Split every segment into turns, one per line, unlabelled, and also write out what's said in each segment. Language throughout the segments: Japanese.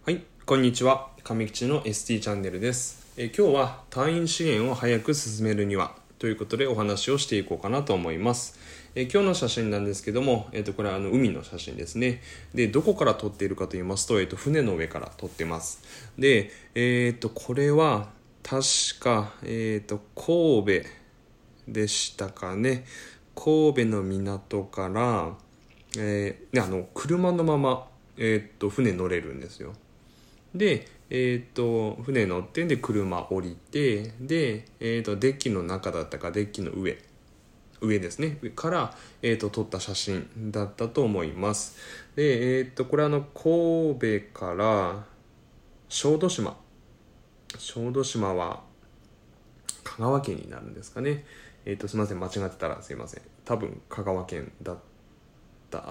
はい、こんにちは。上吉の ST チャンネルです。今日は退院支援を早く進めるにはということでお話をしていこうかなと思います。今日の写真なんですけども、これは海の写真ですね。で、どこから撮っているかと言いますと、船の上から撮ってます。で、これは確か、神戸でしたかね。神戸の港から、車のまま、船乗れるんですよ。で、船乗ってで車降りてで、デッキの中だったかデッキの上ですねから、撮った写真だったと思います。で、これ神戸から小豆島は香川県になるんですかね。すいません、間違ってたらすいません。多分香川県だった。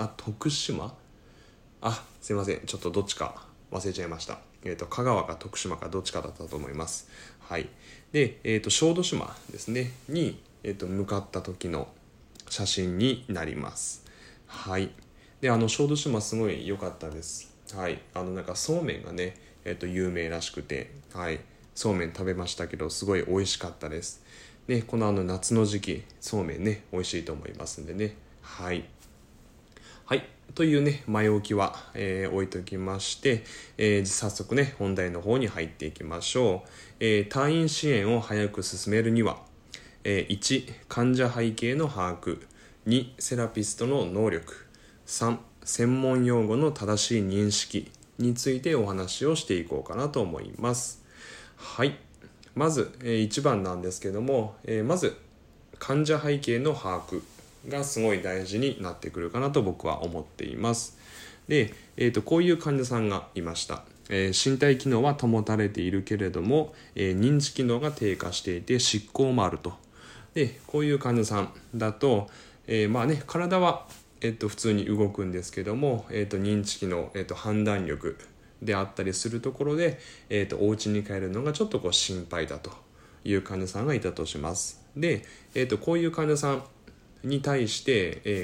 徳島、すいません、ちょっとどっちか忘れちゃいました。香川か徳島かどっちかだったと思います。はい。で、小豆島ですねに、向かった時の写真になります。はい。で、小豆島すごい良かったです。はい。なんかそうめんがね、有名らしくて、はい。そうめん食べましたけど、すごい美味しかったです。ね、この夏の時期、そうめんね、美味しいと思いますんでね。はい。はい。というね、前置きは、置いときまして、早速ね、本題の方に入っていきましょう。退院支援を早く進めるには、1、患者背景の把握。2、セラピストの能力。3、専門用語の正しい認識についてお話をしていこうかなと思います。はい。まず、1番なんですけども、まず、患者背景の把握がすごい大事になってくるかなと僕は思っています。で、こういう患者さんがいました。身体機能は保たれているけれども、認知機能が低下していて失行もあると。で、こういう患者さんだと、体は、普通に動くんですけども、認知機能、判断力であったりするところで、お家に帰るのがちょっと心配だという患者さんがいたとします。で、こういう患者さんに対して、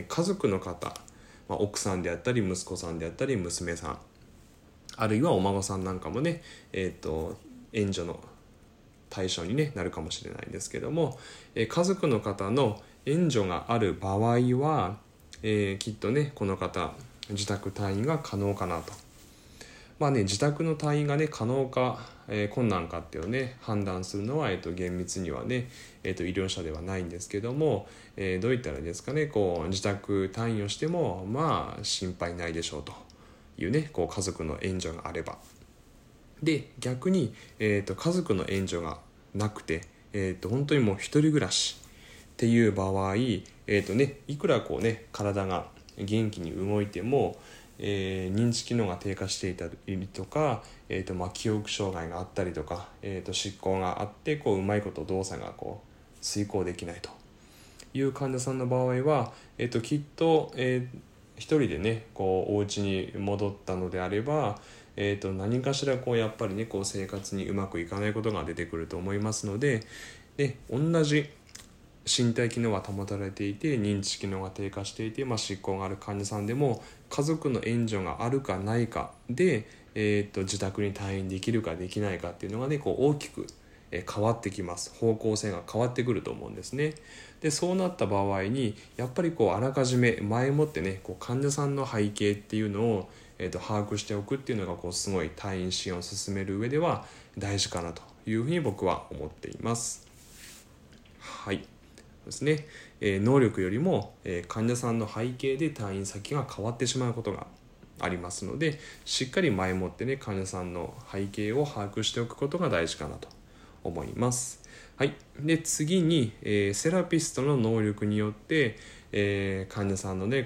家族の方、奥さんであったり息子さんであったり娘さん、あるいはお孫さんなんかもね、援助の対象に、なるかもしれないんですけども、家族の方の援助がある場合は、きっとねこの方自宅退院が可能かなと。自宅の退院がね可能か、困難かっていうのをね判断するのは、厳密にはね、医療者ではないんですけども、どういったらですかね、自宅退院をしても心配ないでしょうというね家族の援助があれば。で逆に、家族の援助がなくて、本当にもう一人暮らしっていう場合、いくら体が元気に動いても、認知機能が低下していたりとか、記憶障害があったりとか、執行があってうまいこと動作が遂行できないという患者さんの場合は、きっと、一人でねお家に戻ったのであれば、何かしらやっぱりね生活にうまくいかないことが出てくると思いますので、同じ身体機能は保たれていて認知機能が低下していて、執行がある患者さんでも家族の援助があるかないかで、自宅に退院できるかできないかっていうのがね大きく変わってきます。方向性が変わってくると思うんですね。でそうなった場合にやっぱりあらかじめ前もってね患者さんの背景っていうのを、把握しておくっていうのがすごい退院支援を進める上では大事かなというふうに僕は思っています。はいですね。能力よりも、患者さんの背景で退院先が変わってしまうことがありますので、しっかり前もってね患者さんの背景を把握しておくことが大事かなと思います。はい。で次に、セラピストの能力によって、患者さんのね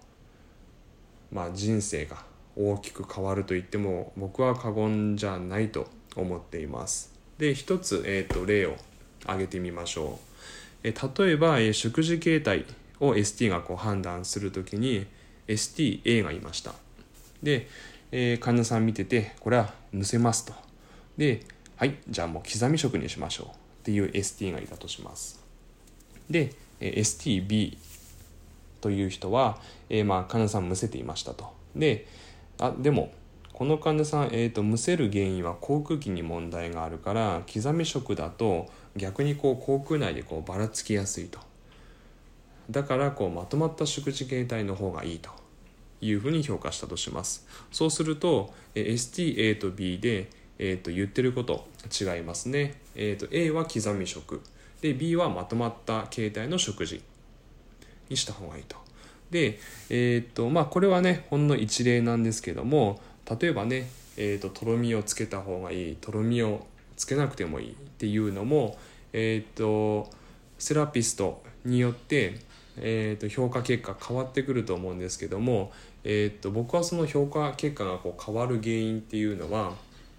人生が大きく変わると言っても僕は過言じゃないと思っています。で一つ、例を挙げてみましょう。例えば、食事形態を ST が判断するときに STA がいました。で、患者さん見ててこれはむせますと。で、はい、じゃあもう刻み食にしましょうっていう ST がいたとします。で、STB という人は、患者さんむせていましたと。でもこの患者さん、むせる原因は口腔器に問題があるから、刻み食だと逆に口腔内でばらつきやすいと。だからまとまった食事形態の方がいいというふうに評価したとします。そうすると STA と B で、言ってること違いますね。A は刻み食で B はまとまった形態の食事にした方がいいと。で、これはねほんの一例なんですけども、例えばね、とろみをつけた方がいい、とろみをつけなくてもいいっていうのも、セラピストによって、評価結果変わってくると思うんですけども、僕はその評価結果が変わる原因っていうのは、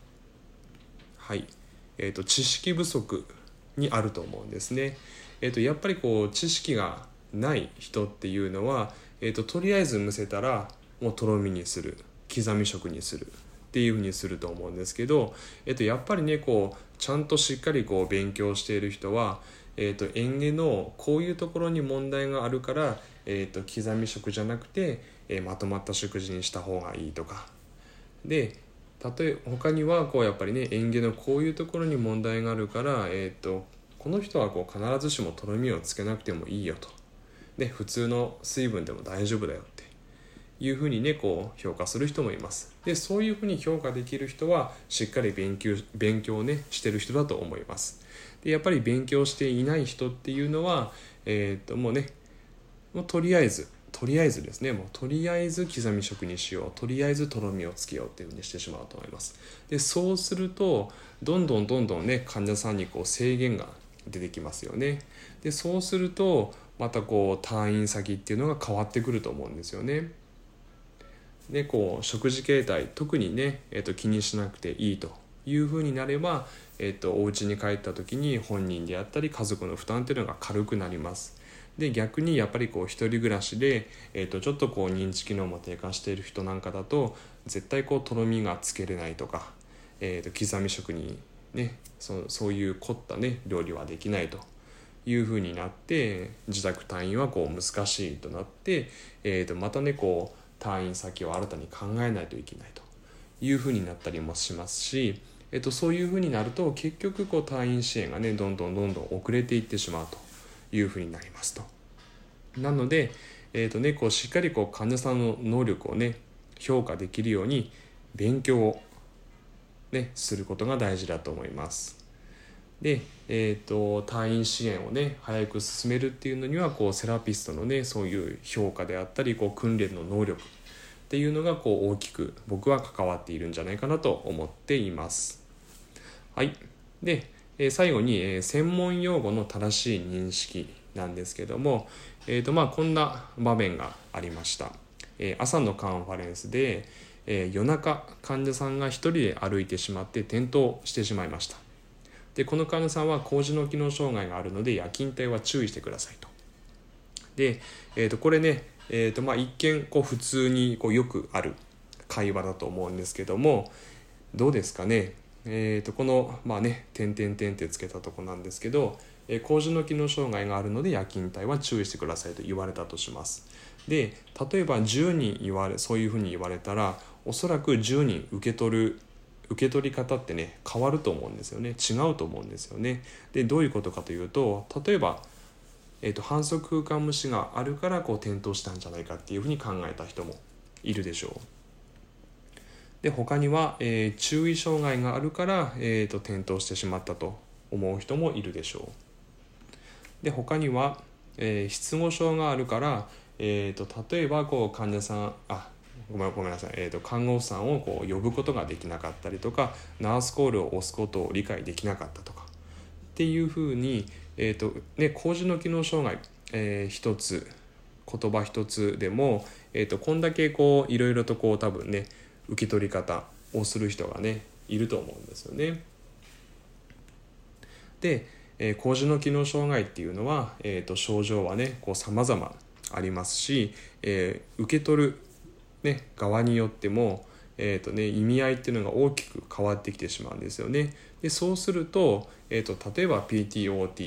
知識不足にあると思うんですね。やっぱり知識がない人っていうのは、とりあえずむせたらもうとろみにする、刻み食にするっていうふうにすると思うんですけど、やっぱりねちゃんとしっかり勉強している人は、嚥下のこういうところに問題があるから、刻み食じゃなくて、まとまった食事にした方がいいとかで、他にはやっぱりね嚥下のこういうところに問題があるから、この人は必ずしもとろみをつけなくてもいいよと。で普通の水分でも大丈夫だよっていうふうにね評価する人もいます。でそういうふうに評価できる人はしっかり勉強をねしてる人だと思います。でやっぱり勉強していない人っていうのは、もうとりあえずですね、もうとりあえず刻み食にしよう、とりあえずとろみをつけようっていうふうにしてしまうと思います。でそうするとどんどんね患者さんに制限が出てきますよね。でそうするとまた退院先っていうのが変わってくると思うんですよね。で食事形態特にね、気にしなくていいというふうになれば、お家に帰った時に本人であったり家族の負担っていうのが軽くなります。で逆にやっぱり一人暮らしで、ちょっと認知機能も低下している人なんかだと絶対とろみがつけれないとか、刻み食にねそういう凝ったね料理はできないというふうになって自宅退院は難しいとなって、またね退院先を新たに考えないといけないというふうになったりもしますし、そういうふうになると結局退院支援がねどんどん遅れていってしまうというふうになりますと。なので、しっかり患者さんの能力をね評価できるように勉強を、ね、することが大事だと思います。で、退院支援をね早く進めるっていうのにはセラピストのねそういう評価であったり訓練の能力っていうのが大きく僕は関わっているんじゃないかなと思っています。はい。で、最後に、専門用語の正しい認識なんですけども、こんな場面がありました。朝のカンファレンスで、夜中患者さんが一人で歩いてしまって転倒してしまいました。でこの患者さんは高次脳機能障害があるので夜勤帯は注意してくださいと。で、これね、一見普通によくある会話だと思うんですけども、どうですかね。この点々点ってつけたとこなんですけど、高次脳機能障害があるので夜勤帯は注意してくださいと言われたとします。で例えば10人そういうふうに言われたら、おそらく10人受け取り方ってね変わると思うんですよね。違うと思うんですよね。でどういうことかというと、例えば、反則空間無視があるから転倒したんじゃないかっていうふうに考えた人もいるでしょう。で他には、注意障害があるから、転倒してしまったと思う人もいるでしょう。で他には、失語症があるから、例えば患者さんごめんなさい、看護婦さんを呼ぶことができなかったりとか、ナースコールを押すことを理解できなかったとかっていうふうに、高次脳機能障害、一つ言葉一つでも、こんだけいろいろと多分ね受け取り方をする人がねいると思うんですよね。で、高次脳機能障害っていうのは、症状はね様々ありますし、受け取る、ね、側によっても、意味合いっていうのが大きく変わってきてしまうんですよね。でそうすると、例えば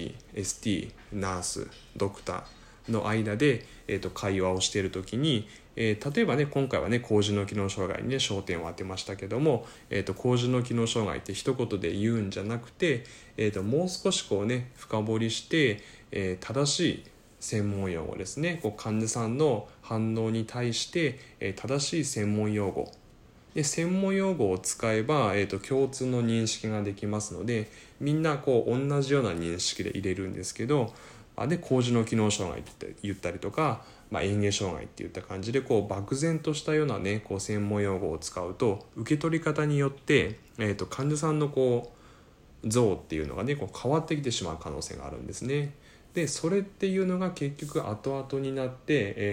PT、OT、ST、ナース、ドクターの間で、会話をしているときに、 例えばね、今回はね高次脳機能障害にね焦点を当てましたけども、高次脳機能障害って一言で言うんじゃなくて、もう少しこうね深掘りして、正しい専門用語ですね、こう患者さんの反応に対して、正しい専門用語で、専門用語を使えば、共通の認識ができますので、みんなこう同じような認識で入れるんですけど、で高次脳機能障害って言ったりとか、嚥下障害っていった感じでこう漠然としたようなねこう専門用語を使うと、受け取り方によって、患者さんのこう像っていうのがねこう変わってきてしまう可能性があるんですね。でそれっていうのが結局後々になって、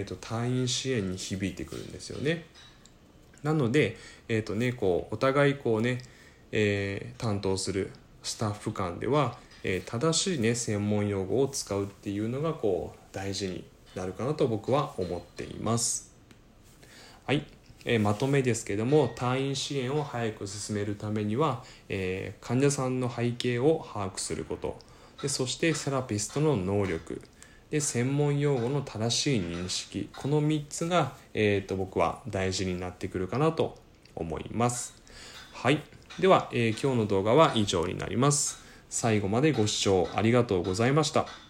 退院支援に響いてくるんですよね。なので、こうお互いこうね、担当するスタッフ間では、正しいね専門用語を使うっていうのがこう大事になるかなと僕は思っています。はい、まとめですけども、退院支援を早く進めるためには、患者さんの背景を把握することで、そしてセラピストの能力で、専門用語の正しい認識、この3つが、僕は大事になってくるかなと思います。はい、では、今日の動画は以上になります。最後までご視聴ありがとうございました。